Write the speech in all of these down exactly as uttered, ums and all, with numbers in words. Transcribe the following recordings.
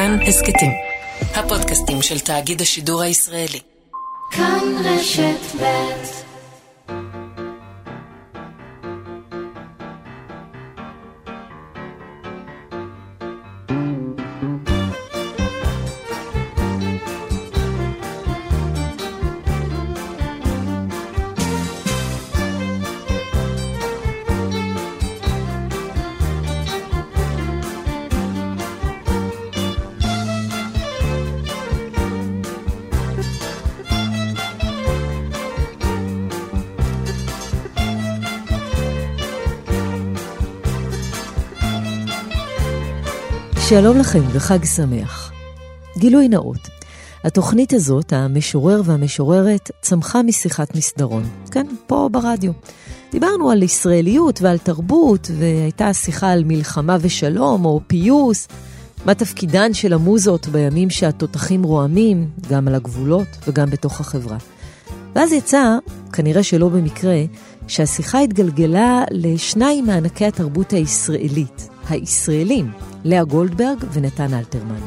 כאן הסקטים, הפודקאסטים של תאגיד השידור הישראלי. כאן רשת ב'. שלום לכם וחג שמח. גילוי נאות. התוכנית הזאת, המשורר והמשוררת, צמחה משיחת מסדרון. כן, פה ברדיו. דיברנו על ישראליות ועל תרבות, והייתה שיחה על מלחמה ושלום או פיוס, מה תפקידן של המוזות בימים שהתותחים רועמים, גם על הגבולות וגם בתוך החברה. ואז יצא, כנראה שלא במקרה, שהשיחה התגלגלה לשניים מענקי התרבות הישראלית, הישראלים, לאה גולדברג ונתן אלתרמן.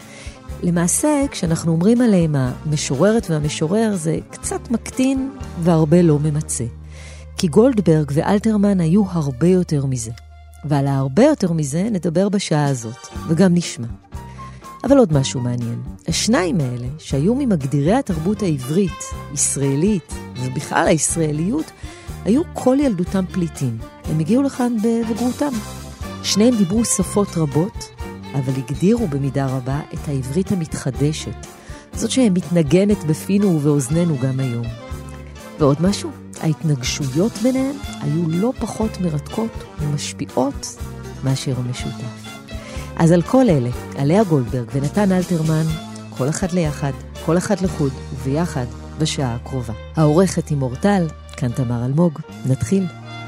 למעשה, כשאנחנו אומרים עליהם המשוררת והמשורר, זה קצת מקטין והרבה לא ממצא. כי גולדברג ואלתרמן היו הרבה יותר מזה. ועל הרבה יותר מזה נדבר בשעה הזאת, וגם נשמע. אבל עוד משהו מעניין. השניים האלה, שהיו ממגדירי התרבות העברית, ישראלית, ובכלל הישראליות, היו כל ילדותם פליטים. הם הגיעו לכאן בבגרותם. שניהם דיברו שפות רבות, אבל הגדירו במידה רבה את העברית המתחדשת, זאת שמתנגנת בפינו ובאוזננו גם היום. ועוד משהו, ההתנגשויות ביניהם היו לא פחות מרתקות ומשפיעות מאשר המשותף. אז על כל אלה, על לאה גולדברג ונתן אלתרמן, כל אחד ליחד, כל אחד לחוד וביחד בשעה הקרובה. העורכת היא מורטל, כאן תמר אלמוג, נתחיל.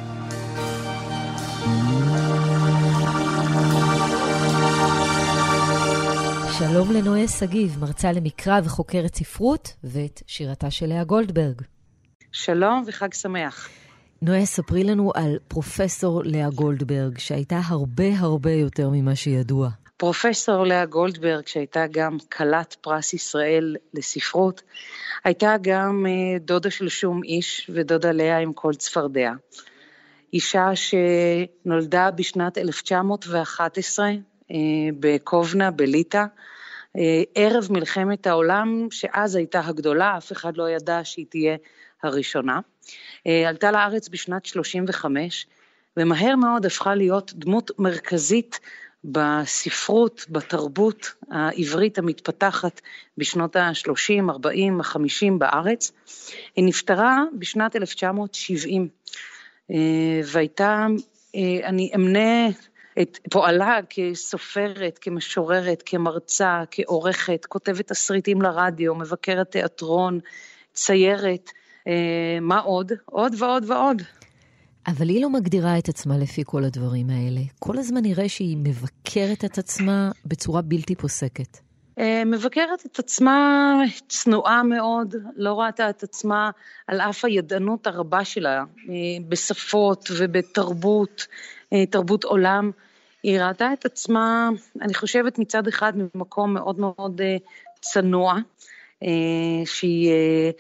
שלום לנועה סגיב, מרצה למקרא וחוקרת ספרות, ואת שירתה של לאה גולדברג. שלום וחג שמח. נועה, ספרי לנו על פרופסור לאה גולדברג, שהייתה הרבה הרבה יותר ממה שידוע. פרופסור לאה גולדברג, שהייתה גם כלת פרס ישראל לספרות, הייתה גם דודה של שום איש ודודה לאה עם כל צפרדע. אישה שנולדה בשנת אלף תשע מאות ואחת עשרה בקובנה, בליטא, ערב מלחמת העולם, שאז הייתה הגדולה, אף אחד לא ידע שהיא תהיה הראשונה. עלתה לארץ בשנת שלושים וחמש, ומהר מאוד הפכה להיות דמות מרכזית בספרות, בתרבות העברית המתפתחת בשנות ה-שלושים, ארבעים, חמישים בארץ. היא נפטרה בשנת אלף תשע מאות שבעים, והייתה, אני אמנה את פועלה כסופרת, כמשוררת, כמרצה, כעורכת, כותבת תסריטים לרדיו, מבקרת תיאטרון, ציירת, מה עוד? עוד ועוד ועוד. אבל היא לא מגדירה את עצמה לפי כל הדברים האלה. כל הזמן נראה שהיא מבקרת את עצמה בצורה בלתי פוסקת. מבקרת את עצמה צנועה מאוד, לא ראתה את עצמה על אף הידענות הרבה שלה, בשפות ובתרבות, תרבות עולם. היא ראתה את עצמה, אני חושבת מצד אחד ממקום מאוד מאוד צנוע, שהיא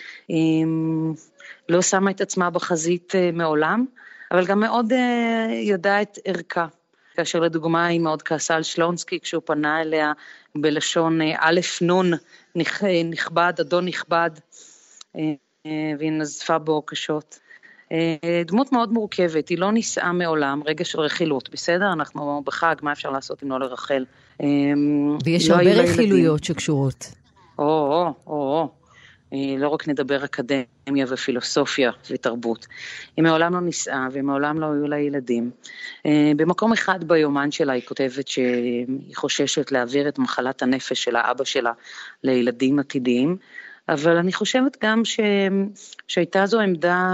לא שמה את עצמה בחזית מעולם, אבל גם מאוד ידעה את ערכה. כאשר לדוגמה היא מאוד כעסה על שלונסקי, כשהוא פנה אליה בלשון א' נון, נכבד, אדון נכבד, והיא נזפה בו קשות. דמות מאוד מורכבת, היא לא נישאה מעולם, רגע של רכילות, בסדר? אנחנו בחג, מה אפשר לעשות אם לא לרחל? ויש לא הרבה רכילויות שקשורות. או, או, או, או. לא רק נדבר אקדמיה ופילוסופיה ותרבות. היא מעולם לא נישאה ומעולם לא היו לה ילדים. במקום אחד ביומן שלה היא כותבת שהיא חוששת להעביר את מחלת הנפש של האבא שלה לילדים עתידיים, אבל אני חושבת גם ש... שהייתה זו עמדה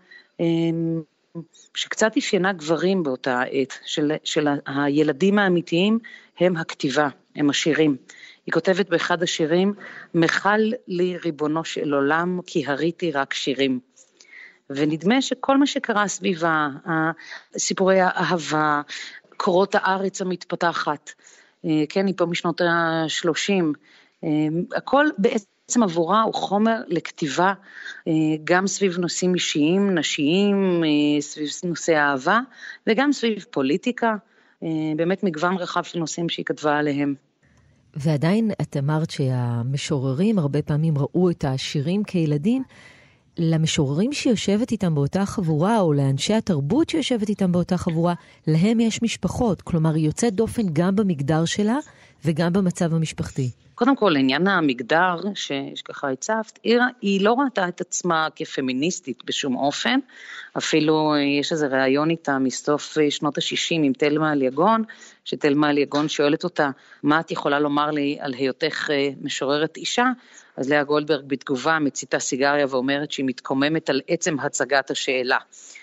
שקצת אפיינה גברים באותה עת, של, של הילדים האמיתיים הם הכתיבה, הם השירים. היא כותבת באחד השירים, מחל לי ריבונו של עולם, כי הריתי רק שירים. ונדמה שכל מה שקרה סביבה, סיפורי האהבה, קורות הארץ המתפתחת, כן, היא פה משנות ה-שלושים, הכל בעצם עבורה הוא חומר לכתיבה, גם סביב נושאים אישיים, נשיים, סביב נושאי אהבה, וגם סביב פוליטיקה, באמת מגוון רחב של נושאים שהיא כתבה עליהם. ועדיין את אמרת שהמשוררים הרבה פעמים ראו את השירים כילדים, למשוררים שיושבת איתם באותה חבורה, או לאנשי התרבות שיושבת איתם באותה חבורה, להם יש משפחות, כלומר היא יוצאת דופן גם במגדר שלה, וגם במצב המשפחתי. קודם כל, לעניין המגדר, שככה הצפת, היא לא ראתה את עצמה כפמיניסטית בשום אופן, אפילו יש איזה ראיון איתה מסוף שנות ה-שישים עם תלמה אליגון, שתלמה אליגון שואלת אותה, מה את יכולה לומר לי על היותך משוררת אישה? אז לאה גולדברג בתגובה מציתה סיגריה ואומרת שהיא מתקוממת על עצם הצגת השאלה.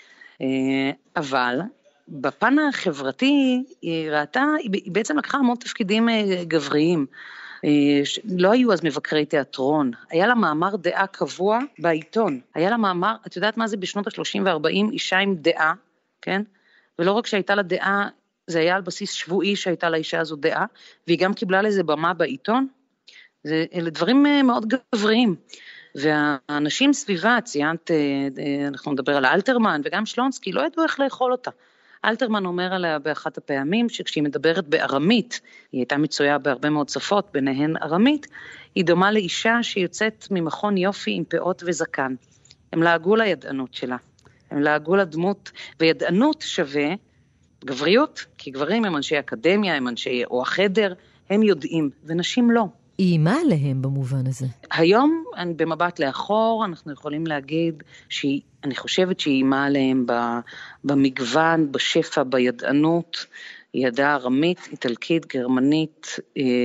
אבל בפן החברתי היא ראתה, היא בעצם לקחה המון תפקידים גבריים, לא היו אז מבקרי תיאטרון, היה לה מאמר דעה קבוע בעיתון, היה לה מאמר, את יודעת מה זה בשנות ה-שלושים ו-ארבעים, אישה עם דעה, כן? ולא רק שהייתה לה דעה, זה היה על בסיס שבועי שהייתה לאישה הזו דעה, והיא גם קיבלה לזה במה בעיתון, זה, אלה דברים מאוד גבריים, והאנשים סביבה, ציינת, אנחנו נדבר על אלתרמן וגם שלונסקי, לא ידעו איך לאכול אותה. אלתרמן אומר עליה באחת הפעמים, שכשהיא מדברת בארמית, היא הייתה מצויה בהרבה מאוד שפות, ביניהן ארמית, היא דומה לאישה שיוצאת ממכון יופי עם פאות וזקן. הם לעגו לידענות שלה, הם לעגו לדמות, וידענות שווה גבריות, כי גברים הם אנשי אקדמיה, הם אנשי או החדר, הם יודעים, ונשים לא. היא אימה עליהם במובן הזה. היום, במבט לאחור, אנחנו יכולים להגיד שהיא, אני חושבת שהיא אימה עליהם במגוון, בשפע, בידענות, היא ידעה ארמית, איטלקית, גרמנית,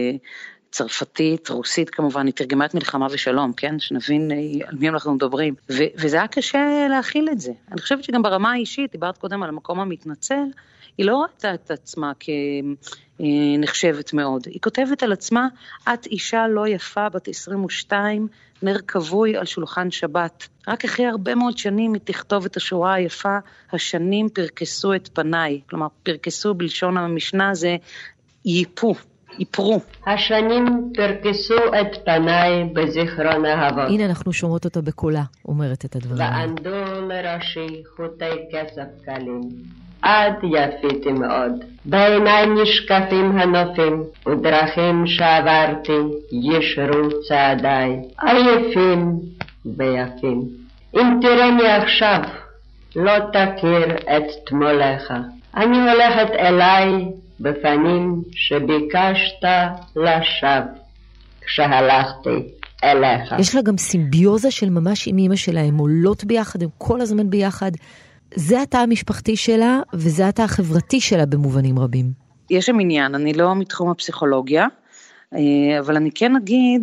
צרפתית, רוסית כמובן, היא תרגמת מלחמה ושלום, כן? שנבין על מי אנחנו מדברים. ו- וזה היה קשה להכיל את זה. אני חושבת שגם ברמה האישית, דיברת קודם על המקום המתנצל, היא לא ראתה את עצמה כנחשבת מאוד. היא כותבת על עצמה, את אישה לא יפה, בת עשרים ושתיים, נר כבוי על שולחן שבת. רק אחרי הרבה מאוד שנים היא תכתוב את השורה היפה, השנים פרקסו את פניי. כלומר, פרקסו בלשון המשנה זה ייפו. יפרו. השנים פרקסו את פניי בזיכרון אהבות. הנה אנחנו שומעות אותה בקולה, אומרת את הדברים. וענדו לראשי חוטי כסף קלים. עד יפיתי מאוד. בעיניי נשקפים הנופים, ודרכים שעברתי ישרו צעדיי. עייפים ויפים. אם תראיני עכשיו, לא תכיר את תמולך. אני הולכת אליי, בפנים שביקשת לשווא כשהלכתי אליך. יש לה גם סימביוזה של ממש עם אמא שלה, הם עולות ביחד, הם כל הזמן ביחד. זה התא המשפחתי שלה, וזה התא החברתי שלה במובנים רבים. יש שם עניין, אני לא מתחום הפסיכולוגיה, אבל אני כן אגיד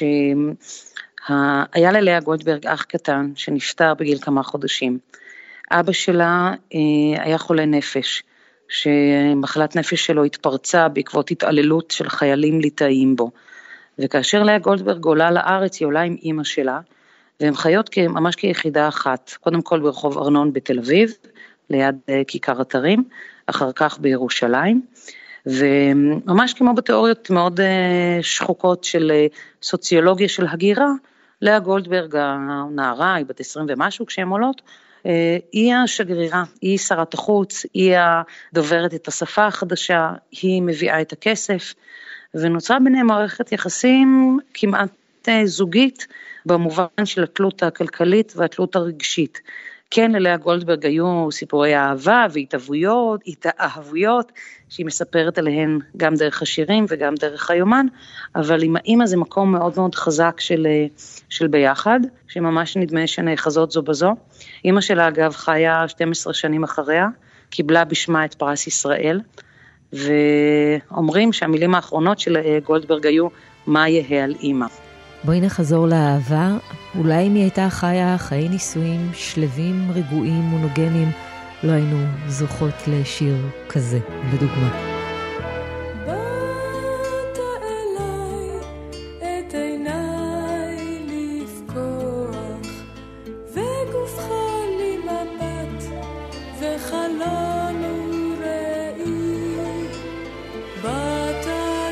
שהיה ללאה גולדברג אח קטן, שנפטר בגיל כמה חודשים. אבא שלה היה חולה נפש, שמחלת נפש שלו התפרצה בעקבות התעללות של חיילים ליטאים בו. וכאשר לאה גולדברג עולה לארץ, היא עולה עם אמא שלה, והן חיות ממש כיחידה אחת, קודם כל ברחוב ארנון בתל אביב, ליד כיכר אתרים, אחר כך בירושלים, וממש כמו בתיאוריות מאוד שחוקות של סוציולוגיה של הגירה, לאה גולדברג הנערה, היא בת עשרים ומשהו כשהן עולות, היא השגרירה, היא שרת החוץ, היא הדוברת את השפה החדשה, היא מביאה את הכסף, ונוצרה ביניהם מערכת יחסים כמעט זוגית, במובן של התלות הכלכלית והתלות הרגשית. כן, ללאה גולדברג היו סיפורי אהבה והתאהבויות, התאהבויות, שהיא מספרת עליהן גם דרך השירים וגם דרך היומן, אבל עם האמא זה מקום מאוד מאוד חזק של, של ביחד, שממש נדמה שנאחזות זו בזו. אמא שלה אגב חיה שתים עשרה שנים אחריה, קיבלה בשמה את פרס ישראל, ואומרים שהמילים האחרונות של גולדברג היו, מה יהיה על אמא. בואי נחזור לאהבה, אולי אם היא הייתה חיה חיי נישואים, שלבים, רגועים, מונוגמים, לא היינו זוכות לשיר כזה, לדוגמה. וחלון וראי, בת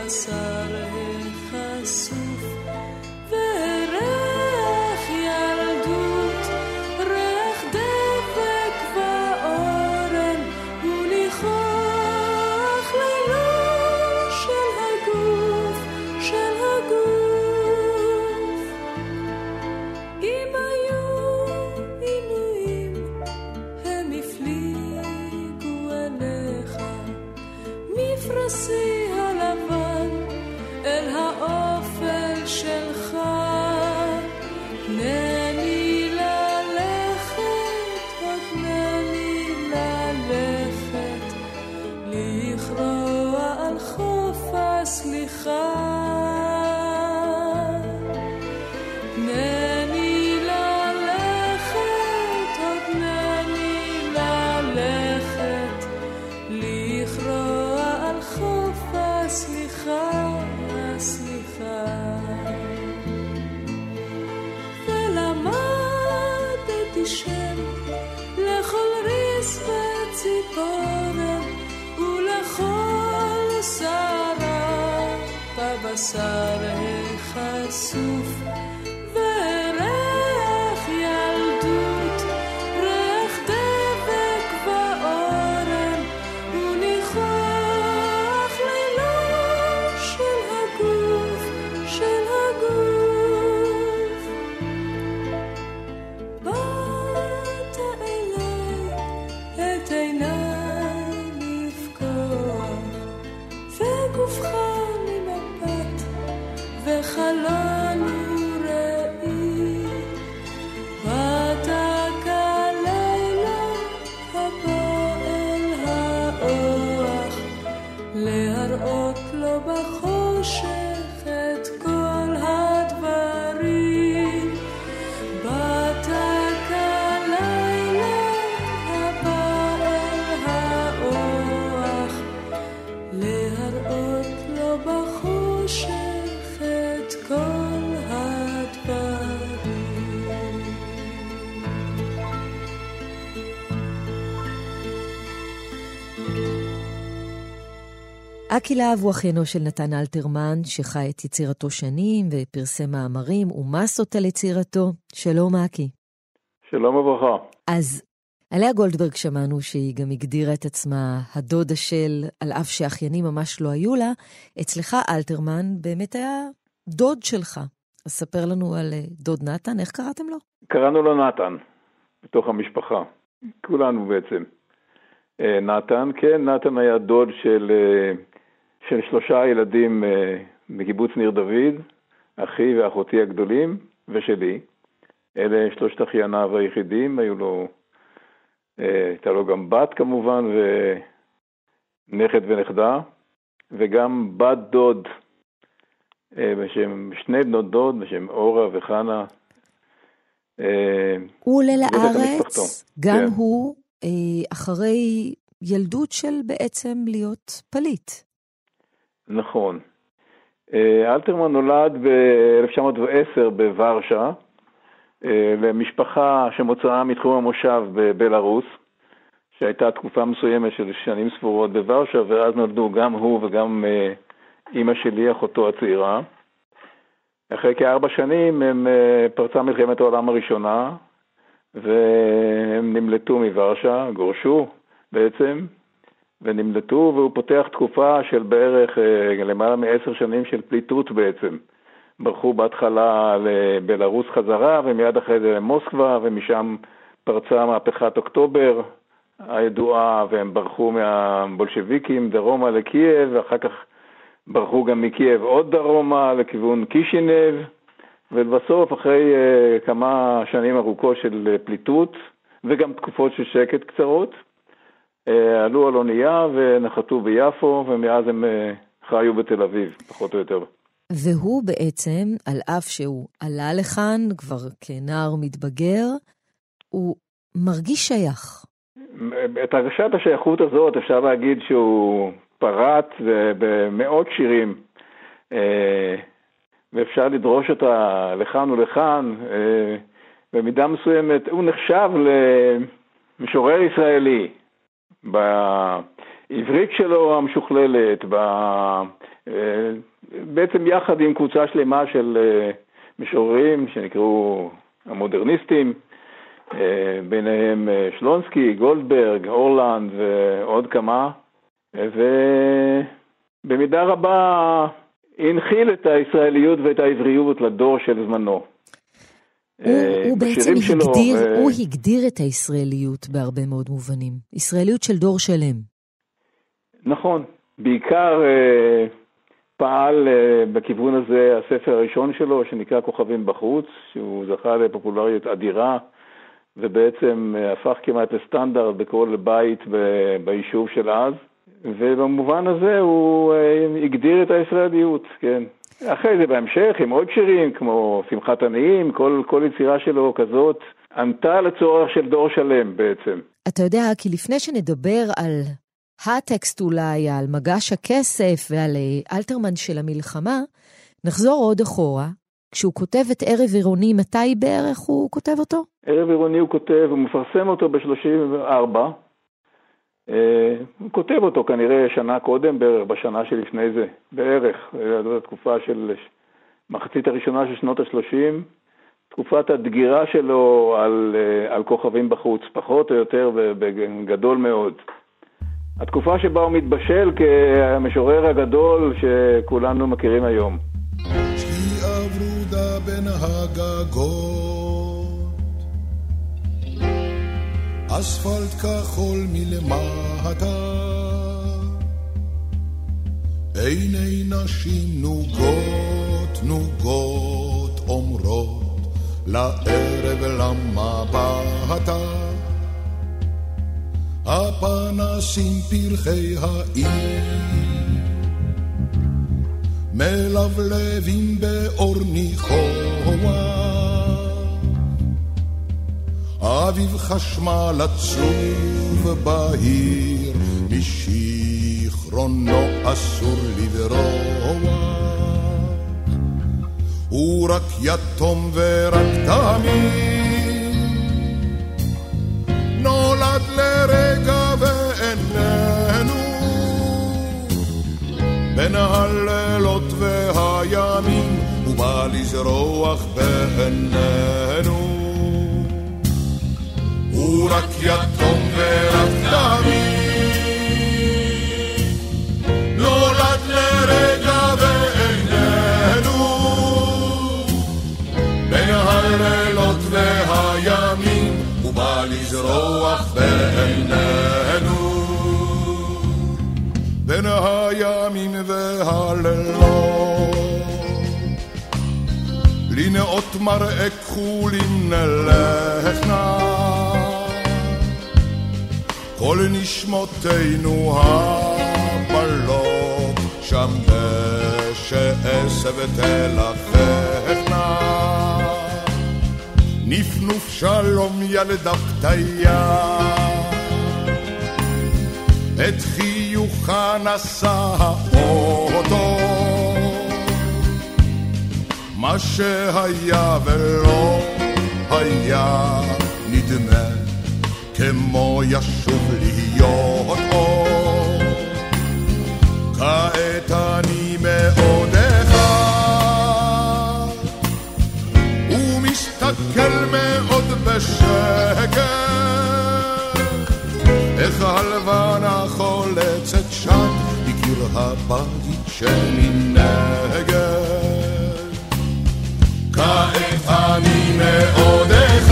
הבשר החשוף וריח ילדות, ריח דבק ואורן, וניחוח לילו של הגוף, של הגוף. אם היו עינויים הם הפליגו אליך, מפרסי הלבן אל האופל שלך. נני ללכת, עוד נני ללכת, לכרוע על חוף הסליחה. נני ללכת, עוד נני ללכת, לכרוע על חוף הסליחה, הסליחה. ולמדתי שם לכל ריס וציפורן ולכל שרה בבשר החשוף וריח ילדות, ריח דבק ואורן, וניחוח לילו של הגוף, של הגוף. באת אליי את עיניי לפקוח, וגופך ממבט וחלון וראי. באת כלילה הבא אל האוח, להראות לו בחושך את כל הדברים. באת כלילה הבא אל האוח, להראות לו בחושך את כל הדברים. אקי להב הוא אחיינו של נתן אלתרמן, שחי את יצירתו שנים ופרסם מאמרים ומסות על יצירתו. שלום אקי. שלום וברכה. אז עליה גולדברג שמענו שהיא גם הגדירה את עצמה הדודה של, על אף שאחיינים ממש לא היו לה. אצלך אלתרמן באמת היה דוד שלך. אז ספר לנו על דוד נתן, איך קראתם לו? קראנו לו נתן, בתוך המשפחה. כולנו בעצם. נתן, כן, נתן היה דוד של, של שלושה ילדים מקיבוץ ניר דוד, אחי ואחותי הגדולים ושלי. אלה שלושת אחייניו היחידים, היו לו, הייתה לו גם בת כמובן, ונכד ונכדה, וגם בת דוד, בשם, שני בנות דוד, בשם אורה וחנה. הוא עולה לארץ, גם כן. הוא אחרי ילדות של בעצם להיות פליט. נכון. אלתרמן נולד ב-אלף תשע מאות ועשר בוורשה, למשפחה שמוצאה מתחום המושב בבלרוס, שהייתה תקופה מסוימת של שנים ספורות בוורשה, ואז נולדו גם הוא וגם אמא שלי, אחותו הצעירה. אחרי כארבע שנים הם פרצה מלחמת העולם הראשונה, והם נמלטו מוורשה, גורשו בעצם, ונמלטו, והוא פותח תקופה של בערך למעלה מעשר שנים של פליטות בעצם. ברחו בהתחלה לבלרוס חזרה, ומיד אחרי זה למוסקבה, ומשם פרצה מהפכת אוקטובר הידועה, והם ברחו מהבולשביקים דרומה לקייב, ואחר כך ברחו גם מקייב עוד דרומה לכיוון קישינב, ובסוף אחרי uh, כמה שנים ארוכות של פליטות, וגם תקופות של שקט קצרות, uh, עלו על אונייה ונחתו ביפו, ומאז הם uh, חיו בתל אביב, פחות או יותר. והוא בעצם, על אף שהוא עלה לכאן, כבר כנער מתבגר, הוא מרגיש שייך. את הרגשת השייכות הזאת אפשר להגיד שהוא פרט במאות שירים, ואפשר לדרוש אותה לכאן ולכאן. במידה מסוימת הוא נחשב למשורר ישראלי. העברית שלו המשוכללת, ב... בעצם יחד עם קבוצה שלמה של משוררים שנקראו המודרניסטים, ביניהם שלונסקי, גולדברג, אורלנד ועוד כמה, ובמידה רבה הנחיל את הישראליות ואת העבריות לדור של זמנו. הוא, הוא בעצם הגדיר, ו... הוא הגדיר את הישראליות בהרבה מאוד מובנים. ישראליות של דור שלם. נכון. בעיקר פעל בכיוון הזה הספר הראשון שלו, שנקרא כוכבים בחוץ, שהוא זכה לפופולריות אדירה, ובעצם הפך כמעט לסטנדרט בכל בית ביישוב של אז. ובמובן הזה הוא הגדיר את הישראליות, כן. אחרי זה בהמשך, עם עוד שירים, כמו שמחת עניים, כל, כל יצירה שלו כזאת, ענתה לצורך של דור שלם בעצם. אתה יודע, כי לפני שנדבר על הטקסט אולי, על מגש הכסף ועל אלתרמן של המלחמה, נחזור עוד אחורה. כשהוא כותב את ערב עירוני, מתי בערך הוא כותב אותו? ערב עירוני הוא כותב, הוא מפרסם אותו ב-שלושים וארבע, הוא כותב אותו כנראה שנה קודם, בערך בשנה שלפני זה, בערך, זו התקופה של מחצית הראשונה של שנות ה-שלושים, תקופת הדגירה שלו על, על כוכבים בחוץ, פחות או יותר בגדול מאוד. התקופה שבה הוא מתבשל כמשורר הגדול שכולנו מכירים היום. שהיא עברודה בין הגגות, אספלט כחול מלמטה, עיני נשים נוגות נוגות אומרות לערב למבטה, הפנסים פרחי העיר מלבלבים באור ניחוח, אביב חשמל עצוב בהיר, משיכרונו אסור לברוח, הוא רק יתום ורק תמים, נולד לרגע ואיננו, בין הלילות והימים, הוא בא לזרוח בעינינו, הוא רק יתום ורק תמים, נולד לרגע ואיננו, בין הלילות והימים, הוא בא לזרוח בעינינו, בין הימים והלילות, לנאות מראה כחולים נלכנה, כל נשמותינו הבלות, שם בשעשב תלכנה, נפנוף שלום ילדה פתיה, את חיוכה נשא האוטו, מה שהיה ולא היה נדמה כמו ישוב להיות אור, כעת אני מאוד אחד ומסתכל מאוד בשקט, איך הלבנה חולצת שם בקיר הבית שמנגד, כעת אני מאוד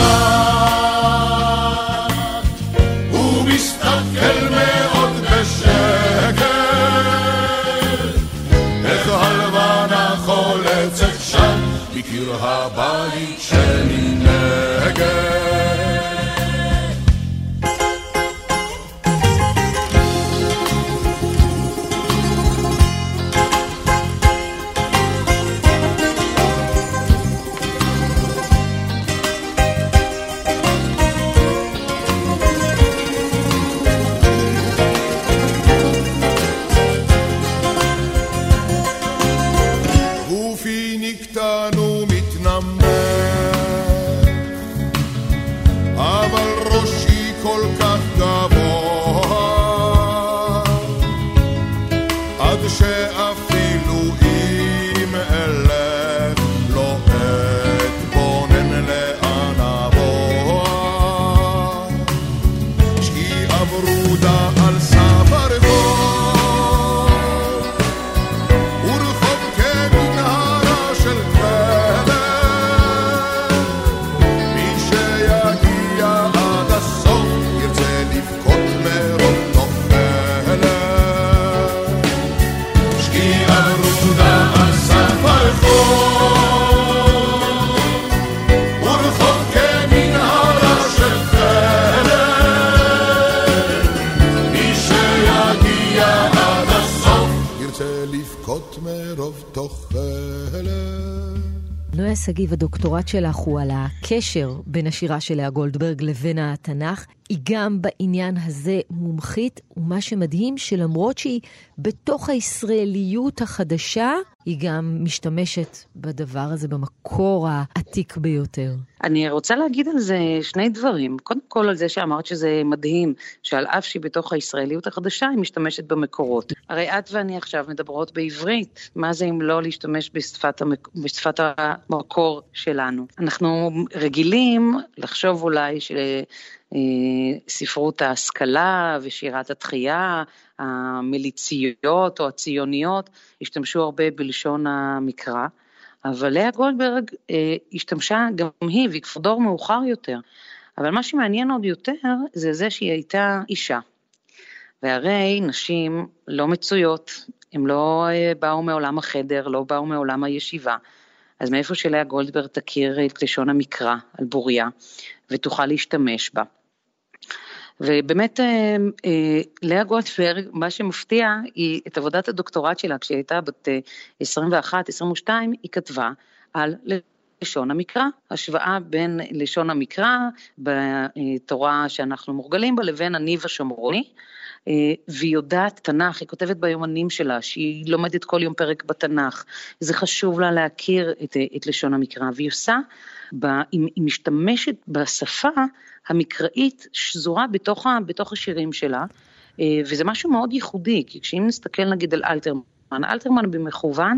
אחד ומסתכל מאוד בשקט, איך הלבנה חולצת שם בקיר הבית שמנגד. שגיב, הדוקטורט שלך הוא על הקשר בין השירה של לאה גולדברג לבין התנ"ך. היא גם בעניין הזה מומחית, ומה שמדהים שלמרות שהיא בתוך הישראליות החדשה, היא גם משתמשת בדבר הזה במקור העתיק ביותר. אני רוצה להגיד על זה שני דברים. קודם כל על זה שאמרת שזה מדהים, שעל אף שהיא בתוך הישראליות החדשה, היא משתמשת במקורות. הרי את ואני עכשיו מדברות בעברית. מה זה אם לא להשתמש בשפת, המק... בשפת המקור שלנו? אנחנו רגילים לחשוב אולי של... ספרות ההשכלה ושירת התחייה, המליציות או הציוניות, השתמשו הרבה בלשון המקרא, אבל לאה גולדברג אה, השתמשה גם היא, והיא כבר דור מאוחר יותר, אבל מה שמעניין עוד יותר, זה זה שהיא הייתה אישה, והרי נשים לא מצויות, הם לא אה, באו מעולם החדר, לא באו מעולם הישיבה, אז מאיפה שלאה גולדברג תכיר את לשון המקרא על בוריה, ותוכל להשתמש בה. ובאמת לאה גולדברג, מה שמפתיע היא את עבודת הדוקטורט שלה, כשהיא הייתה בת עשרים ואחת עשרים ושתיים, היא כתבה על לשון המקרא, השוואה בין לשון המקרא בתורה שאנחנו מורגלים בה לבין הניב השומרוני, והיא יודעת תנ"ך, היא כותבת ביומנים שלה, שהיא לומדת כל יום פרק בתנ"ך, זה חשוב לה להכיר את, את לשון המקרא, והיא עושה, בה, היא, היא משתמשת בשפה המקראית שזורה בתוך, בתוך השירים שלה, וזה משהו מאוד ייחודי, כי כשאם נסתכל נגיד על אלתרמן, אלתרמן במכוון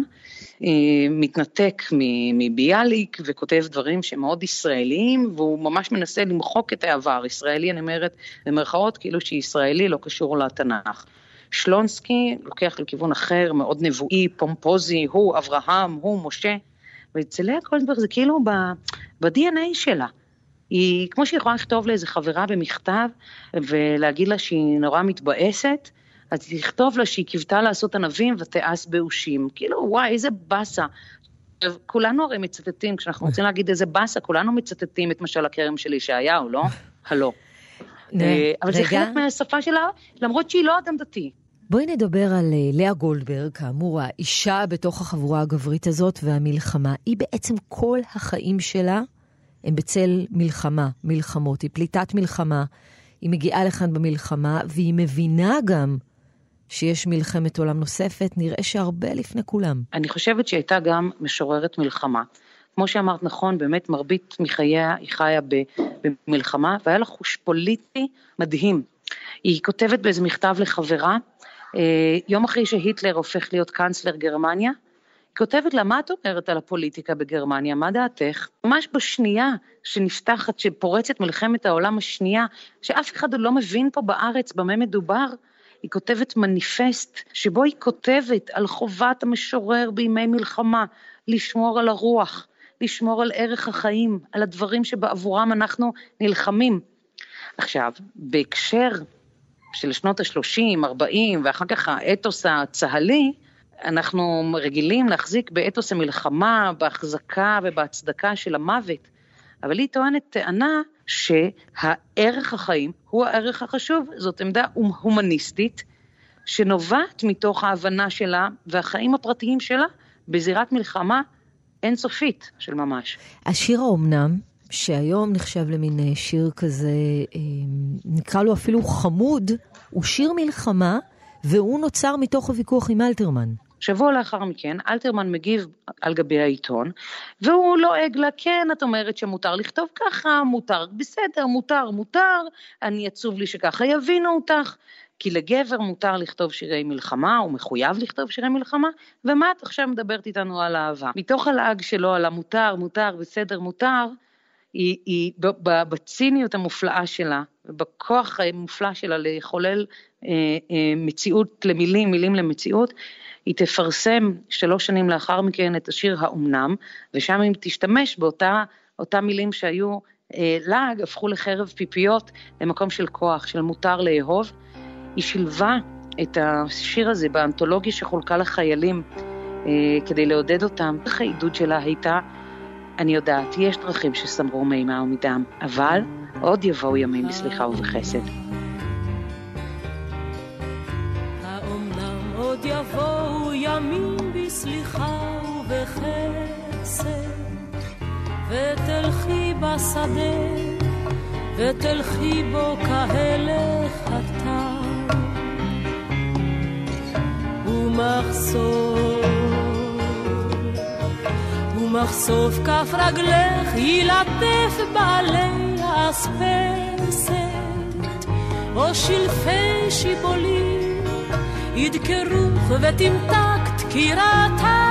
מתנתק מביאליק וכותב דברים שמאוד ישראליים, והוא ממש מנסה למחוק את העבר, ישראלי אני אומרת במרכאות כאילו שישראלי לא קשור לתנ"ך. שלונסקי לוקח לכיוון אחר, מאוד נבואי, פומפוזי, הוא אברהם, הוא משה, ואצל לאה גולדברג זה כאילו ב-די אן איי שלה, היא כמו שהיא יכולה לכתוב לאיזה חברה במכתב ולהגיד לה שהיא נורא מתבאסת, אז תכתוב לה שהיא קיוותה לעשות ענבים ותעש באושים. כאילו, וואי, איזה בסה. כולנו הרי מצטטים, כשאנחנו רוצים להגיד איזה בסה, כולנו מצטטים את משל הכרם של ישעיהו, לא? הלא. אבל זה חלק מהשפה שלה, למרות שהיא לא אדם דתי. בואי נדבר על לאה גולדברג, כאמור, האישה בתוך החבורה הגברית הזאת והמלחמה. היא בעצם כל החיים שלה, הם בצל מלחמה, מלחמות. היא פליטת מלחמה, היא מגיעה לכאן במלחמה, והיא מבינה גם שיש מלחמת עולם נוספת, נראה שהרבה לפני כולם. אני חושבת שהייתה גם משוררת מלחמה. כמו שאמרת נכון, באמת מרבית מחייה היא חיה במלחמה, והיה לה חוש פוליטי מדהים. היא כותבת באיזה מכתב לחברה, יום אחרי שהיטלר הופך להיות קאנצלר גרמניה, היא כותבת לה, מה את אומרת על הפוליטיקה בגרמניה, מה דעתך? ממש בשנייה שנפתחת, שפורצת מלחמת העולם השנייה, שאף אחד לא מבין פה בארץ במה מדובר, היא כותבת מניפסט, שבו היא כותבת על חובת המשורר בימי מלחמה, לשמור על הרוח, לשמור על ערך החיים, על הדברים שבעבורם אנחנו נלחמים. עכשיו, בהקשר של שנות ה-שלושים, ארבעים, ואחר כך האתוס הצהלי, אנחנו רגילים להחזיק באתוס המלחמה, בהחזקה ובהצדקה של המוות, אבל היא טוענת טענה שהערך החיים הוא הערך החשוב, זאת עמדה הומניסטית, שנובעת מתוך ההבנה שלה והחיים הפרטיים שלה בזירת מלחמה אינסופית של ממש. השיר האומנם, שהיום נחשב למין שיר כזה, נקרא לו אפילו חמוד, הוא שיר מלחמה, והוא נוצר מתוך הוויכוח עם אלתרמן. שבוע לאחר מכן, אלתרמן מגיב על גבי העיתון, והוא לועג לה, כן, את אומרת שמותר לכתוב ככה, מותר, בסדר, מותר, מותר, אני עצוב לי שככה יבינו אותך, כי לגבר מותר לכתוב שירי מלחמה, הוא מחויב לכתוב שירי מלחמה, ומה את עכשיו מדברת איתנו על אהבה? מתוך הלעג שלו על המותר, מותר, בסדר, מותר, היא, היא בציניות המופלאה שלה, ובכוח המופלא שלה לחולל אה, אה, מציאות למילים, מילים למציאות, היא תפרסם שלוש שנים לאחר מכן את השיר האומנם, ושם היא תשתמש באותה אותה מילים שהיו אה, לעג, הפכו לחרב פיפיות, למקום של כוח, של מותר לאהוב. היא שילבה את השיר הזה באנתולוגיה שחולקה לחיילים, אה, כדי לעודד אותם. העידוד שלה הייתה, אני יודעת, יש דרכים שסמרו מימה ומדם, אבל עוד יבואו ימים בסליחה ובחסד. האומנם עוד יבואו ימים בסליחה ובחסד, בשדה ותלכי בו כהלך הטל ומחשוף ומחשוף כף רגלך ילטף בעלי האספסת או שלפי שיבולים ידקרוך ותמתק דקירתה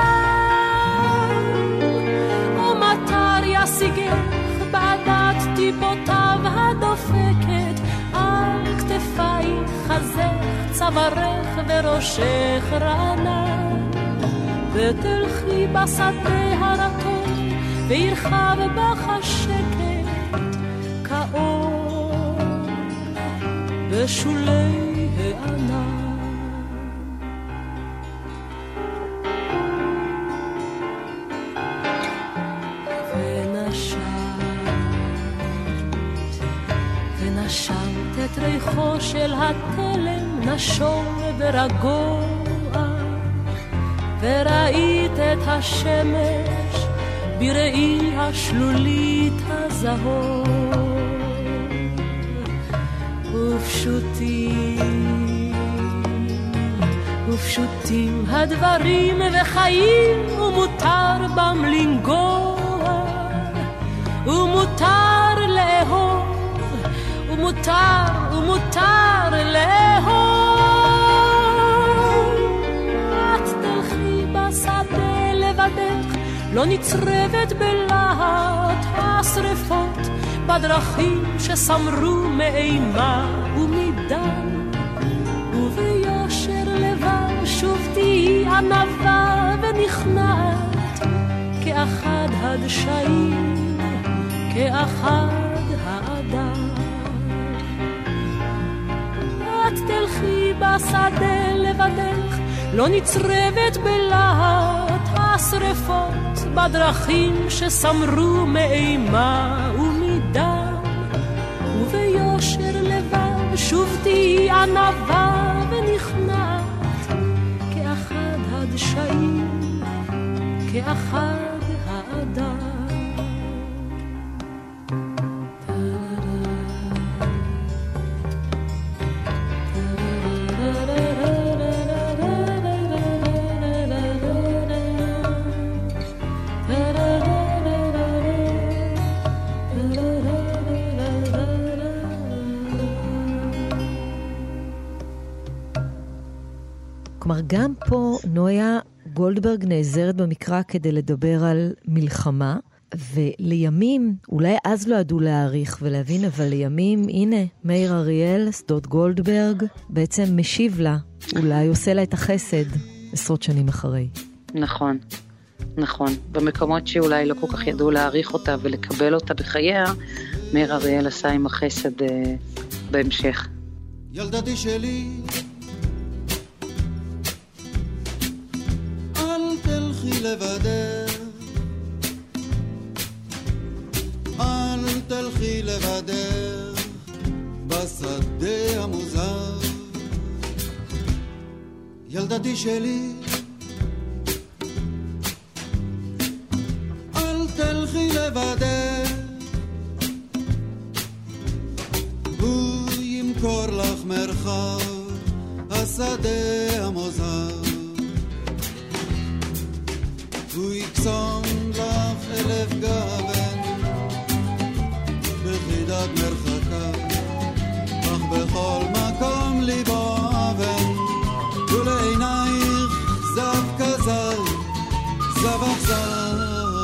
או מטר ישיגך בעדת טיפותיו הדופקת על כתפייך חזך צווארך וראשך רענן ותלכי בשדה הרטון וירחב בך השקט כאור בשולי הענן ונשמת את ריחו של התלם נשור ורגוע וראית את השמש בראי השלולית הזהור ופשוטים ופשוטים הדברים וחיים ומותר בם לנגוע ומותר לאהוב ומותר ומותר לאהוב את תלכי בשדה לבדך לא נצרבת בלהט השרפות בדרכים שסמרו מאימה ומדם וביושר לבב שוב תהי ענווה ונכנעת כאחד הדשאים כאחד האדם את תלכי בשדה לבדך לא נצרבת בלהט השרפות בדרכים שסמרו מאימה ומדם וביושר לבב שוב תהי ענווה ונכנעת כאחד הדשאים כאחד האדם כלומר, גם פה נויה גולדברג נעזרת במקרא כדי לדבר על מלחמה, ולימים, אולי אז לא ידעו להעריך ולהבין, אבל לימים, הנה, מאיר אריאל, שדות גולדברג, בעצם משיב לה, אולי עושה לה את החסד עשרות שנים אחרי. נכון, נכון. במקומות שאולי לא כל כך ידעו להעריך אותה ולקבל אותה בחייה, מאיר אריאל עשה עם החסד אה, בהמשך. ילדתי שלי לבדך אל תלכי לבדך בשדה המוזר ילדתי שלי אל תלכי לבדך הוא ימכור לך מרחב השדה המוזר הוא יקסום לך אלף גוון בחידת מרחקה אך בכל מקום ליבו אבן ולעינייך זב כזב זב אכזב.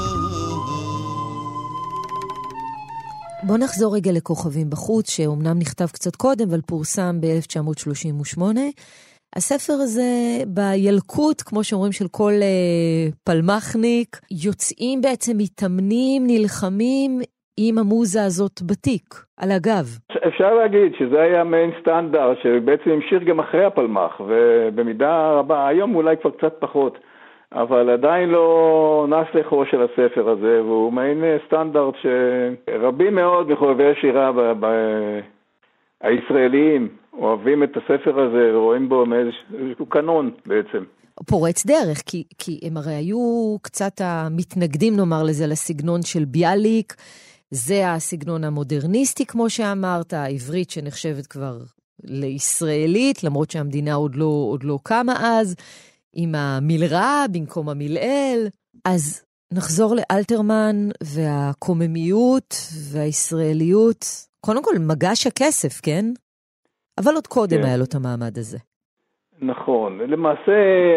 בוא נחזור רגע לכוכבים בחוץ שאומנם נכתב קצת קודם אבל פורסם ב-אלף תשע מאות שלושים ושמונה. הספר הזה בילקוט, כמו שאומרים, של כל אה, פלמחניק, יוצאים בעצם מתאמנים, נלחמים עם המוזה הזאת בתיק, על הגב. אפשר להגיד שזה היה מיין סטנדרט, שבעצם המשיך גם אחרי הפלמח, ובמידה רבה, היום אולי כבר קצת פחות, אבל עדיין לא נס לחו של הספר הזה, והוא מיין סטנדרט שרבים מאוד מחובבי השירה ב- ב- הישראליים, אוהבים את הספר הזה ורואים בו איזשהו קנון בעצם. פורץ דרך, כי, כי הם הרי היו קצת המתנגדים, נאמר לזה, לסגנון של ביאליק, זה הסגנון המודרניסטי, כמו שאמרת, העברית שנחשבת כבר לישראלית, למרות שהמדינה עוד לא, עוד לא קמה אז, עם המלרע במקום המלעיל. אז נחזור לאלתרמן והקוממיות והישראליות. קודם כל, מגש הכסף, כן? אבל עוד קודם כן. היה לו את המעמד הזה. נכון. למעשה,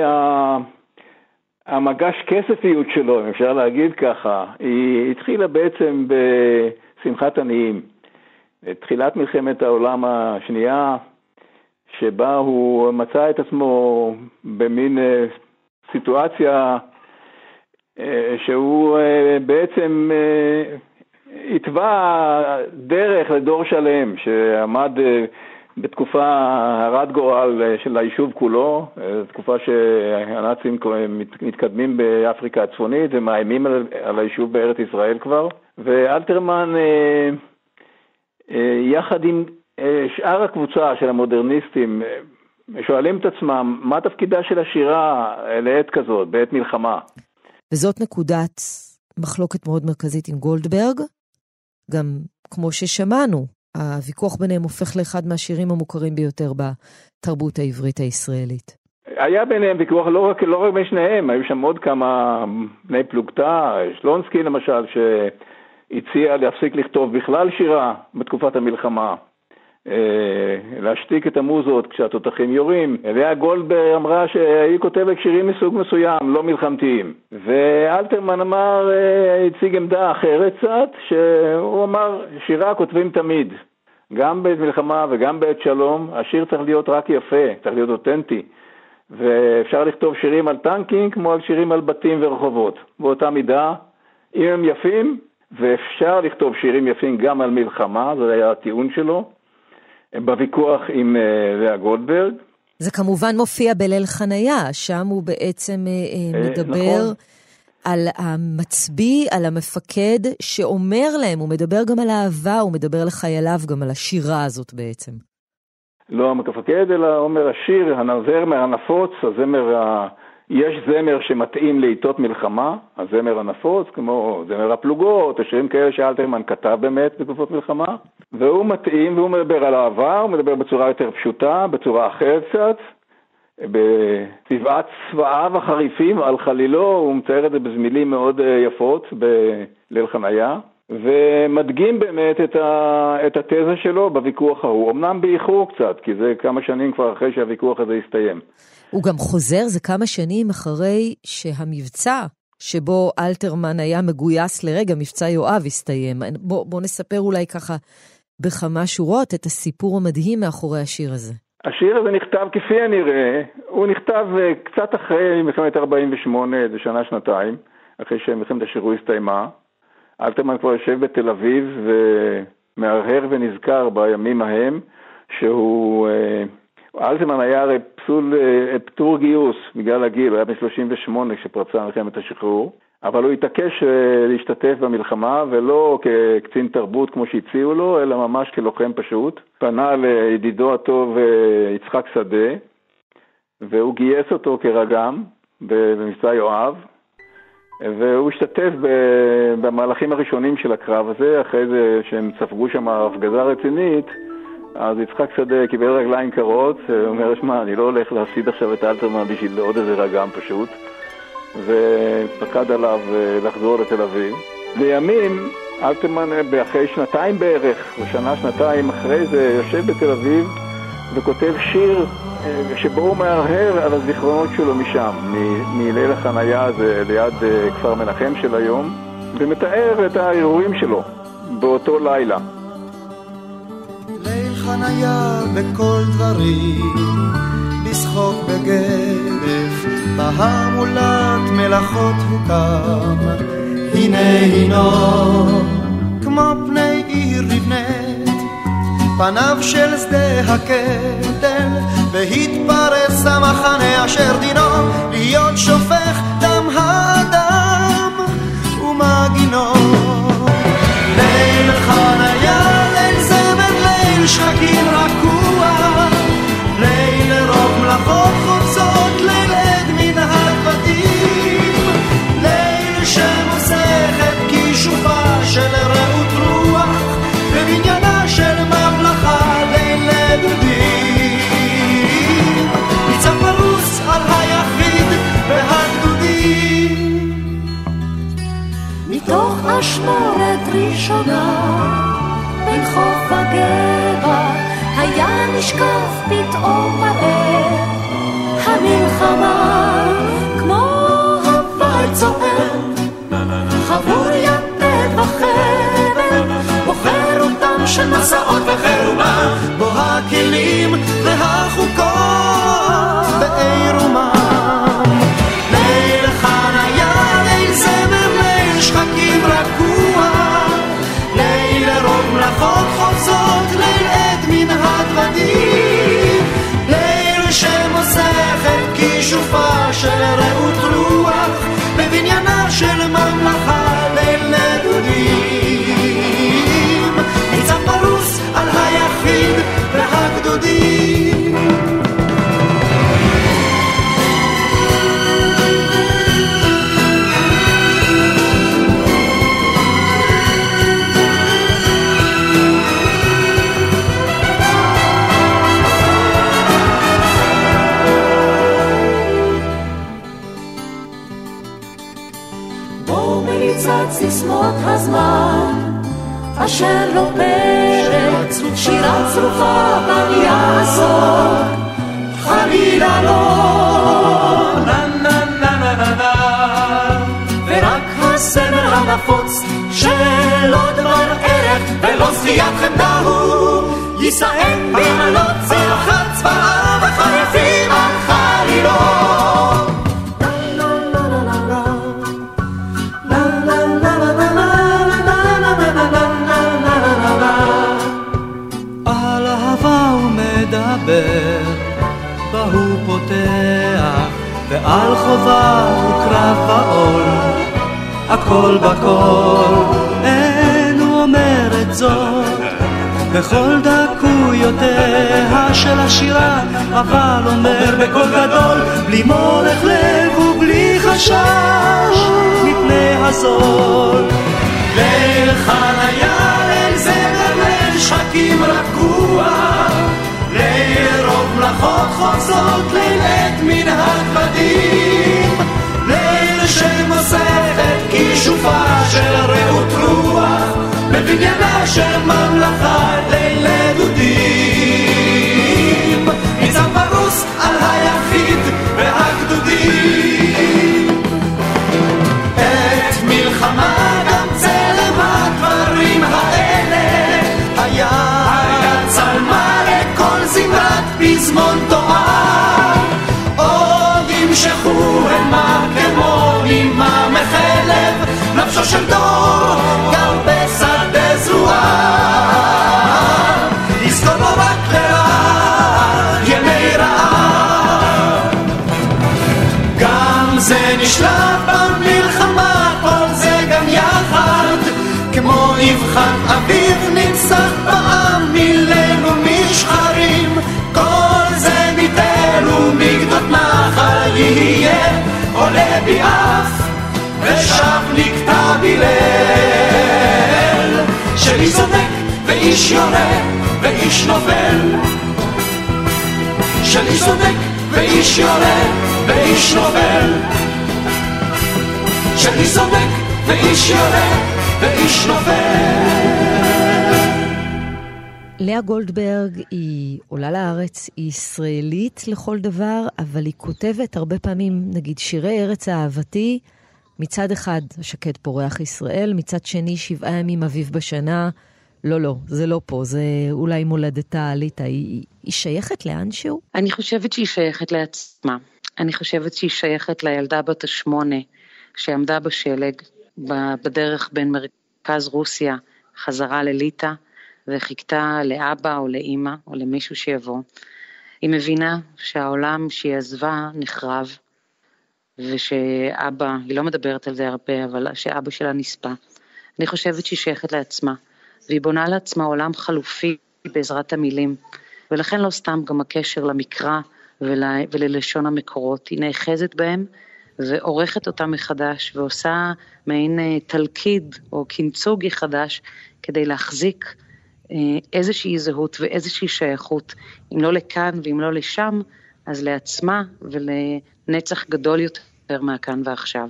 המגש כספיות שלו, אם אפשר להגיד ככה, היא התחילה בעצם בשמחת עניים. תחילת מלחמת העולם השנייה, שבה הוא מצא את עצמו במין סיטואציה שהוא בעצם התווה דרך לדור שלם, שעמד בתקופה הרת גורל של היישוב כולו, תקופה שהנאצים מתקדמים באפריקה הצפונית ומאיימים על, על היישוב בארץ ישראל כבר, ואלתרמן יחד עם שאר הקבוצה של המודרניסטים שואלים את עצמם מה תפקידה של השירה לעת כזאת, בעת מלחמה. וזאת נקודת מחלוקת מאוד מרכזית עם גולדברג, גם כמו ששמענו, הוויכוח ביניהם הופך לאחד מהשירים המוכרים ביותר בתרבות העברית הישראלית. היה ביניהם ויכוח לא רק, לא רק משניהם, היו שם עוד כמה בני פלוגתא, שלונסקי למשל, שהציע להפסיק לכתוב בכלל שירה בתקופת המלחמה, להשתיק את המוזות כשהתותחים יורים. לאה גולדברג אמרה שהיא כותבת שירים מסוג מסוים, לא מלחמתיים. ואלתרמן אמר, הציג עמדה אחרת קצת, שהוא אמר, שירה כותבים תמיד. גם בעת מלחמה וגם בעת שלום, השיר צריך להיות רק יפה, צריך להיות אותנטי. ואפשר לכתוב שירים על טנקים כמו על שירים על בתים ורחובות. באותה מידה, אם הם יפים, ואפשר לכתוב שירים יפים גם על מלחמה, זה היה הטיעון שלו. בוויכוח עם לאה גולדברג. זה כמובן מופיע בליל חניה, שם הוא בעצם מדבר נכון. על המצביא, על המפקד שאומר להם, הוא מדבר גם על האהבה, הוא מדבר לחייליו גם על השירה הזאת בעצם. לא המפקד, אלא אומר השיר, הזמר הנפוץ, הזמר, ה... יש זמר שמתאים לעיתות מלחמה, הזמר הנפוץ, כמו זמר הפלוגות, השירים כאלה שאלתרמן כתב באמת בתקופות מלחמה, והוא מתאים והוא מדבר על אהבה, הוא מדבר בצורה יותר פשוטה, בצורה אחרת קצת, בצבעת צבעיו החריפים על חלילו, הוא מצייר את זה בזמילים מאוד יפות בליל חניה, ומדגים באמת את, ה... את התזה שלו בוויכוח ההוא, אמנם באיחור קצת, כי זה כמה שנים כבר אחרי שהוויכוח הזה הסתיים. הוא גם חוזר, זה כמה שנים אחרי שהמבצע שבו אלתרמן היה מגויס לרגע, מבצע יואב הסתיים. בוא, בוא נספר אולי ככה בכמה שורות את הסיפור המדהים מאחורי השיר הזה. השיר הזה נכתב כפי הנראה, הוא נכתב קצת אחרי מלחמת ארבעים ושמונה, זה שנה שנתיים, אחרי שמלחמת השירות הסתיימה. אלתרמן כבר יושב בתל אביב ומהרהר ונזכר בימים ההם שהוא... אלתרמן היה הרי פסול, פטור גיוס בגלל הגיל, הוא היה בן שלושים ושמונה כשפרצה מלחמת השחרור, אבל הוא התעקש להשתתף במלחמה ולא כקצין תרבות כמו שהציעו לו, אלא ממש כלוחם פשוט. פנה לידידו הטוב יצחק שדה, והוא גייס אותו כרגם במבצע יואב, והוא השתתף במהלכים הראשונים של הקרב הזה, אחרי זה שהם ספגו שם הפגזה רצינית, אז יצחק שדה קיבל רגליים קרות, הוא אומר, שמע, אני לא הולך להפסיד עכשיו את אלתרמן בשביל עוד איזה רגם פשוט, ופקד עליו לחזור לתל אביב. לימים, אלתרמן אחרי שנתיים בערך, ושנה שנתיים אחרי זה, יושב בתל אביב וכותב שיר שבו הוא מהרהר על הזיכרונות שלו משם, מליל החניה הזה ליד כפר מנחם של היום, ומתאר את ההרהורים שלו באותו לילה. ליל חניה בכל דברים, לשחוק בגרף, בהמולת מלאכות הוקם. הנה הינו, כמו פני עיר נבנית, פניו של שדה הקטל, והתפרס המחנה אשר דינו, להיות שופך דם האדם ומגינו. ליל חניה, ליל זמר, ליל שחקים רכוע, ליל רוב מלאכות חוצות, ליל עד מן באשמורת ראשונה בין חוף הגבע היה נשקף פתאום מראה המלחמה כמו הוואי צוער חבור יתד וחבל בוחר אותם של מסעות וחירומה בו הכלים והחוקות בעירומם ליל חניה, ליל זמר, ליל שחקים רגוע ליל רוב מלאכות חופזות, ליל עת מן הדודים ליל שמוסכת כישופה של רעות רוח בבניינה של ממלכה ליל נדודים ניצב פרוס על היחיד והגדודים סיסמות הזמן אשר לא פרק שירה צרופה בל יעזור חלילה לא נה נה נה נה נה נה ורק הסמל הנפוץ של לא דבר ערך ולא זכיית חמדה הוא יישאם בעלות צלחת צבאה וחריפים על חלילות בהוא פותח ועל חובה וקרב ועול הכל בכל אין הוא אומר את זאת בכל דקויותיה של השירה אבל אומר בקול גדול בלי מולך לב ובלי חשש מפני הזול ליל חניה, ליל זמר, ליל שחקים רגוע ליל רוב מלאכות חופזות, ליל עת מן הדודים ליל שמוסכת כישופה של רעות רוח בבניינה של ממלכה ליל נדודים ניצב פרוס על היחיד והגדודים את מלחמה גם צלם הדברים האלה היה היה צלמה לכל זמרת פזמון תואר עוד ימשכו המה כמו נימה מחלב נפשו של דור גם בשדה זרוע יזכור בו רק לרעה ימי רעה גם זה נשלב במלחמה כל זה גם יחד כמו נבחן אביב נצח בעם מליל ומשחרים כל זה מתל ומגדות נחל יהיה עולה ביעף ושב נקטע בילל של איש צודק ואיש יורה ואיש נופל של איש צודק ואיש יורה ואיש נופל של איש צודק ואיש יורה ואיש נופל. לאה גולדברג היא עולה לארץ, היא ישראלית לכל דבר, אבל היא כותבת הרבה פעמים, נגיד, שירי ארץ אהבתי, מצד אחד השקד פורח ישראל, מצד שני שבעה ימים אביב בשנה, לא, לא, זה לא פה, זה אולי מולדתה עליתה, היא, היא שייכת לאנשהו? אני חושבת שהיא שייכת לעצמה, אני חושבת שהיא שייכת לילדה בת השמונה, שעמדה בשלג, בדרך בין מרכז רוסיה, חזרה לליטה, וחיכתה לאבא או לאמא או למישהו שיבוא. היא מבינה שהעולם שהיא עזבה נחרב, ושאבא, היא לא מדברת על זה הרבה, אבל שאבא שלה נספה. אני חושבת שהיא שייכת לעצמה, והיא בונה לעצמה עולם חלופי בעזרת המילים, ולכן לא סתם גם הקשר למקרא ול, וללשון המקורות. היא נאחזת בהם ועורכת אותם מחדש, ועושה מעין תלכיד או קינצוגי חדש, כדי להחזיק איזושהי זהות ואיזושהי שייכות, אם לא לכאן ואם לא לשם, אז לעצמה ולנצח גדול יותר מהכאן ועכשיו.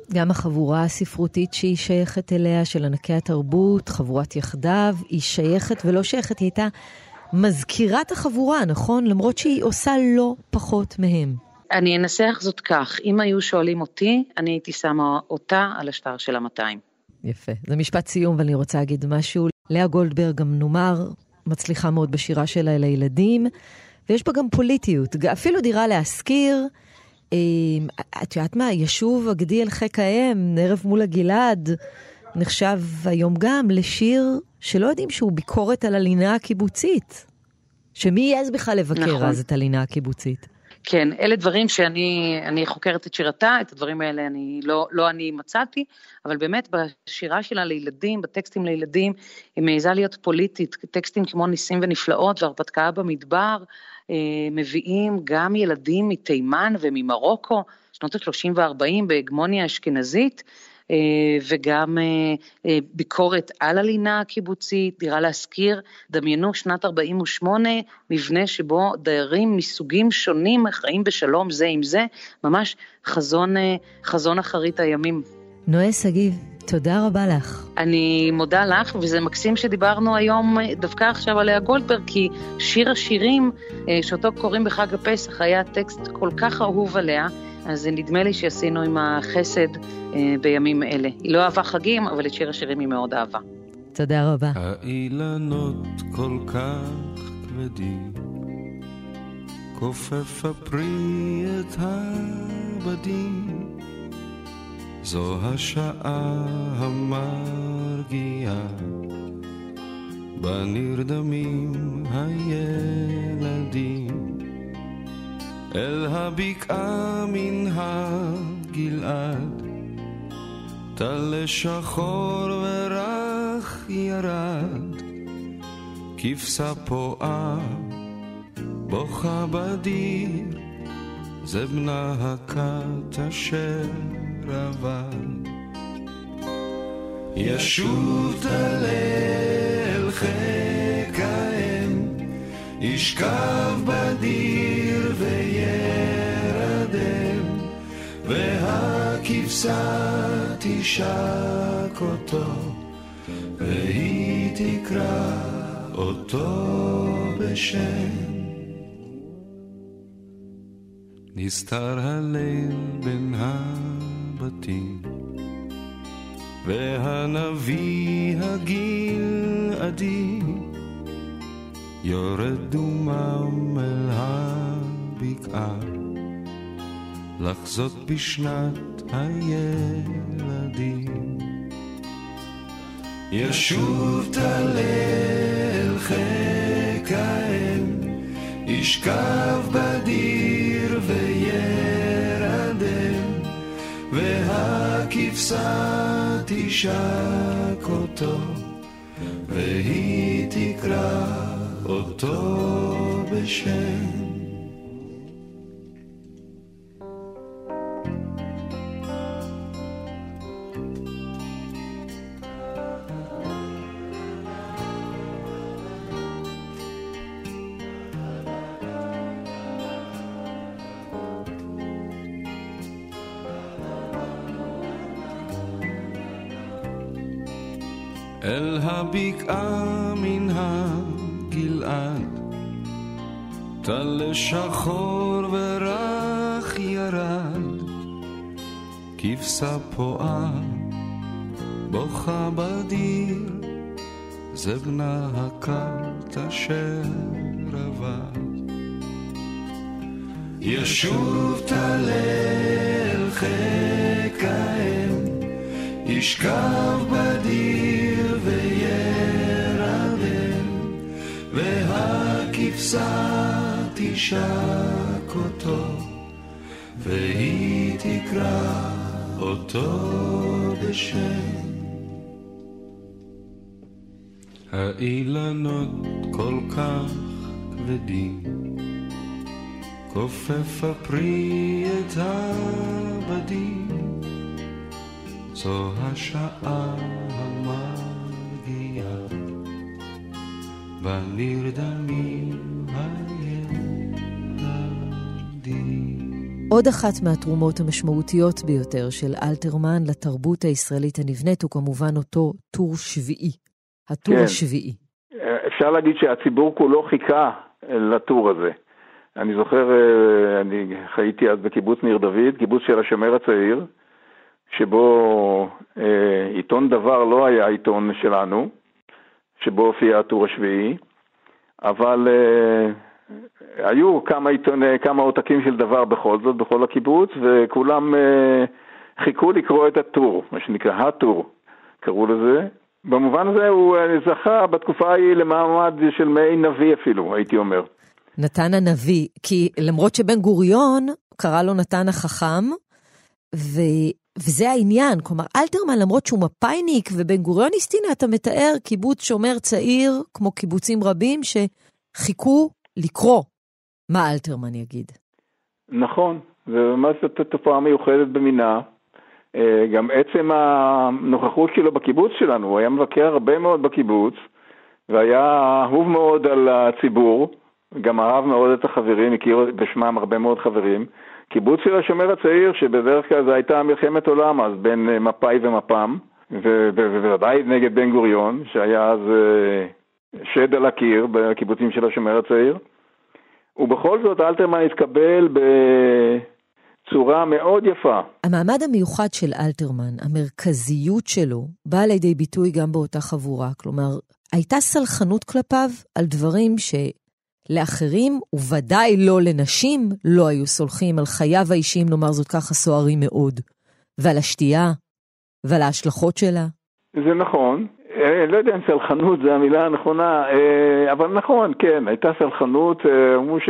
גם החבורה הספרותית שהיא שייכת אליה, של ענקי התרבות, חבורת יחדיו, היא שייכת ולא שייכת, היא הייתה מזכירת החבורה, נכון? למרות שהיא עושה לא פחות מהם. אני אנסח זאת כך, אם היו שואלים אותי, אני הייתי שמה אותה על השטר של המאתיים. יפה, זה משפט סיום, ואני רוצה להגיד משהו. לאה גולדברג גם נאמר, מצליחה מאוד בשירה שלה לילדים, ויש בה גם פוליטיות, אפילו דירה להזכיר, את יודעת מה, ישוב אגדי אל חיק האם, נערב מול הגלעד, נחשב היום גם לשיר שלא יודעים שהוא ביקורת על הלינה הקיבוצית. שמי יעז בכלל לבקר נכון. אז את הלינה הקיבוצית? כן, אלה דברים שאני אני חוקרת את שירתה, את הדברים האלה אני לא, לא אני מצאתי, אבל באמת בשירה שלה לילדים, בטקסטים לילדים, היא מעיזה להיות פוליטית, טקסטים כמו ניסים ונפלאות והרפתקה במדבר, אה, מביאים גם ילדים מתימן וממרוקו, שנות ה-שלושים ו-ארבעים בהגמוניה אשכנזית, וגם ביקורת על הלינה הקיבוצית, דירה להזכיר, דמיינו שנת ארבעים ושמונה, מבנה שבו דיירים מסוגים שונים חיים בשלום זה עם זה, ממש חזון, חזון אחרית הימים. נועה שגיב, תודה רבה לך. אני מודה לך, וזה מקסים שדיברנו היום דווקא עכשיו על לאה גולדברג, כי שיר השירים שאותו קוראים בחג הפסח היה טקסט כל כך אהוב עליה, אז נדמה לי שעשינו עם החסד אה, בימים אלה. היא לא אהבה חגים, אבל את שיר השירים היא מאוד אהבה. תודה רבה. האילנות כל כך כבדים, כופף הפרי את הבדים, זו השעה המרגיעה, בנרדמים הילדים, אל הבקעה מן הגלעד, טל שחור ורח ירד, כבשה פועה בוכה בדיר, זה בנה הכת אשר עבד. ישוב טל אל חיק האם, ישכב בדיר וירדם, והכבשה תשק אותו, והיא תקרא אותו בשם. נסתר הליל בין הבתים, והנביא הגלעדי יורד דומם אל הבקעה, לחזות בשנת הילדים. ישוב טל אל חיק האם, ישכב בדיר וירדם, והכבשה תשק אותו, והיא תקרא אותו בשם. אל הבקעה מן הגלעד, טל שחור ורח ירד, כבשה פועה בוכה בדיר, זה בנה הכת אשר עבד. ישוב טל אל חיק האם, ישכב בדיר וירדם, והכבשה תשק אותו, והיא תקרא אותו בשם. האילנות כל כך כבדים, כופף הפרי את הבדים, זו השעה המרגיעה, בנרדמים הילדים. עוד אחת מהתרומות המשמעותיות ביותר של אלתרמן לתרבות הישראלית הנבנית הוא כמובן אותו טור שביעי, הטור כן. השביעי. אפשר להגיד שהציבור כולו חיכה לטור הזה. אני זוכר, אני חייתי אז בקיבוץ ניר דוד, קיבוץ של השומר הצעיר, שבו אה, עיתון דבר לא היה עיתון שלנו, שבו הופיע הטור השביעי, אבל אה, היו כמה, עיתון, כמה עותקים של דבר בכל זאת, בכל הקיבוץ, וכולם אה, חיכו לקרוא את הטור, מה שנקרא הטור, קראו לזה. במובן הזה הוא זכה בתקופה ההיא למעמד של מעין נביא אפילו, הייתי אומר. נתן הנביא, כי למרות שבן גוריון קרא לו נתן החכם, ו... וזה העניין, כלומר אלתרמן למרות שהוא מפייניק ובן גוריוניסטינה, אתה מתאר קיבוץ שומר צעיר, כמו קיבוצים רבים שחיכו לקרוא מה אלתרמן יגיד. נכון, זה ממש תופעה מיוחדת במינה, גם עצם הנוכחות שלו בקיבוץ שלנו, הוא היה מבקר הרבה מאוד בקיבוץ, והיה אהוב מאוד על הציבור, גם אהב מאוד את החברים, הכיר בשמם הרבה מאוד חברים. קיבוץ של השומר הצעיר, שבדרך כלל זו הייתה מלחמת עולם, אז בין מפאי ומפ"ם, ובוודאי נגד בן גוריון, שהיה אז שד על הקיר בקיבוצים של השומר הצעיר. ובכל זאת אלתרמן התקבל בצורה מאוד יפה. המעמד המיוחד של אלתרמן, המרכזיות שלו, באה לידי ביטוי גם באותה חבורה. כלומר, הייתה סלחנות כלפיו על דברים ש... לאחרים, וודאי לא לנשים, לא היו סולחים על חייו האישיים, נאמר זאת ככה, סוערים מאוד. ועל השתייה, ועל ההשלכות שלה. זה נכון. לא יודע אם סלחנות זה המילה הנכונה, אבל נכון, כן, הייתה סלחנות, אמרו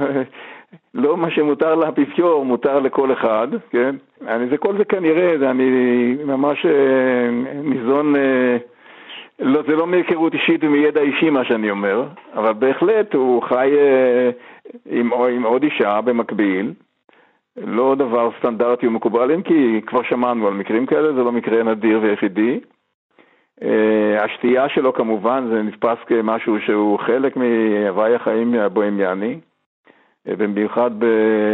שלא מה שמותר לאפיפיור, מותר לכל אחד, כן. אני, זה כל זה כנראה, זה אני ממש ניזון... לא, זה לא מהיכרות אישית ומידע אישי מה שאני אומר, אבל בהחלט הוא חי אה, עם, עם עוד אישה במקביל, לא דבר סטנדרטי ומקובל, כי כבר שמענו על מקרים כאלה, זה לא מקרה נדיר ויחידי. אה, השתייה שלו כמובן זה נתפס כמשהו שהוא חלק מהווי החיים הבוהמיאני, אה, במיוחד ב,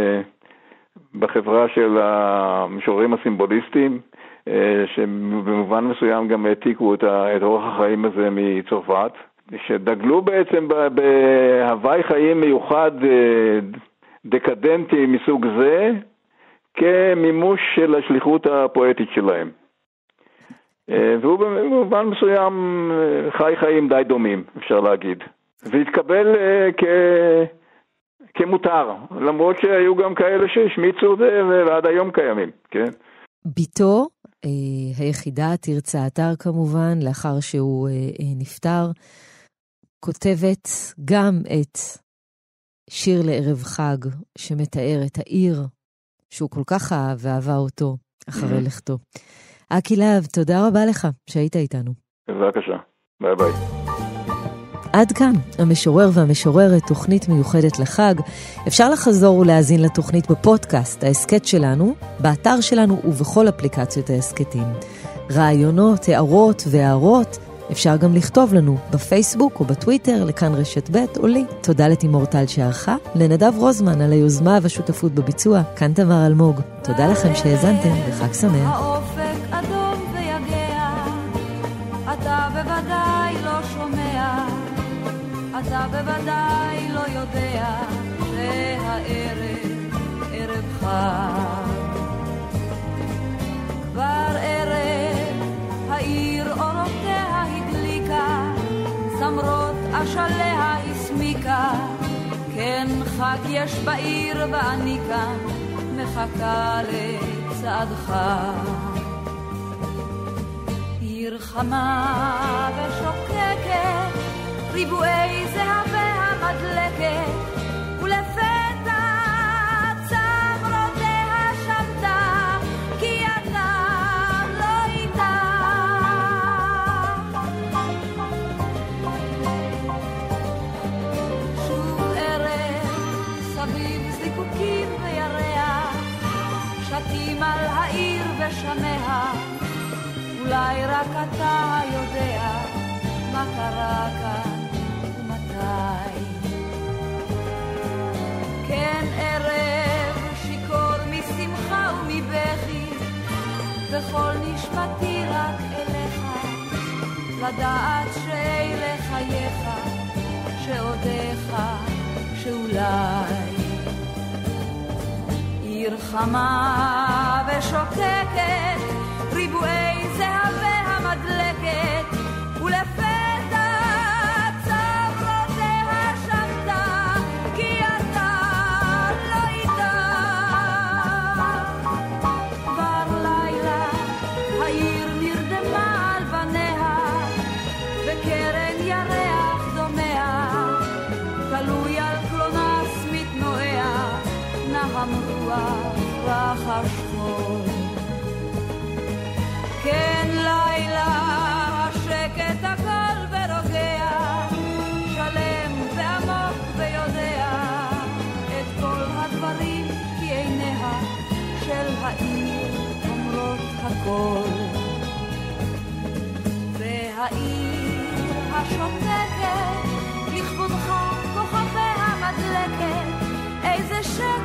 בחברה של המשוררים הסימבוליסטים, שבמובן מסוים גם העתיקו את אורח החיים הזה מצרפת, שדגלו בעצם בהווי חיים מיוחד דקדנטי מסוג זה, כמימוש של השליחות הפואטית שלהם. והוא במובן מסוים חי חיים די דומים, אפשר להגיד. והתקבל כ... כמותר, למרות שהיו גם כאלה שהשמיצו את זה ועד היום קיימים, כן? ביתו, היחידה תרצה אתר כמובן, לאחר שהוא נפטר, כותבת גם את שיר לערב חג, שמתאר את העיר שהוא כל כך אהב ואהבה אותו אחרי לכתו. אקי להב, תודה רבה לך שהיית איתנו. בבקשה, ביי ביי. עד כאן, המשורר והמשוררת, תוכנית מיוחדת לחג. אפשר לחזור ולהאזין לתוכנית בפודקאסט, ההסקט שלנו, באתר שלנו ובכל אפליקציות ההסקטים. רעיונות, הערות והערות, אפשר גם לכתוב לנו בפייסבוק או בטוויטר, לכאן רשת ב' או לי. תודה לתימור טל שערכה, לנדב רוזמן על היוזמה והשותפות בביצוע, כאן תמר אלמוג. תודה לכם שהאזנתם וחג שמח. האופק אדום ויגע, אתה בוודאי לא שומע, אתה בוודאי לא יודע שהערב ערב חג. כבר ערב העיר אורותיה הדליקה, זמרות אשליה הסמיקה, כן חג יש בעיר ואני כאן מחכה לצעדך. עיר חמה ושוקקת, ריבועי זהבה המדלקת, ולפתע צמרותיה שמתה, כי אתה לא איתה. שוב ערב סביב זיקוקים וירח, שתים על העיר ושמיה, אולי רק אתה יודע מה קרה כאן ומתי. כן ערב שיכור וכל נשמתי רק אליך, לדעת שאלה חייך, שעודיך, שאולי עיר חמה ושוקקת, ריבועי זהב והמדלקת, ולפתע צברותיה שמתה, כי אתה לא איתה. כבר לילה העיר נרדמה על בניה, וקרן ירח דומע, תלוי על קלונס מתנועע, נהם רוח רחש חול. כן לילה השקט הכל ורוגע, שלם ועמוק ויודע את כל הדברים, כי עיניה של העיר אומרות הכל. והעיר השותקת לכבודך כוכביה מדלקת, איזה שקט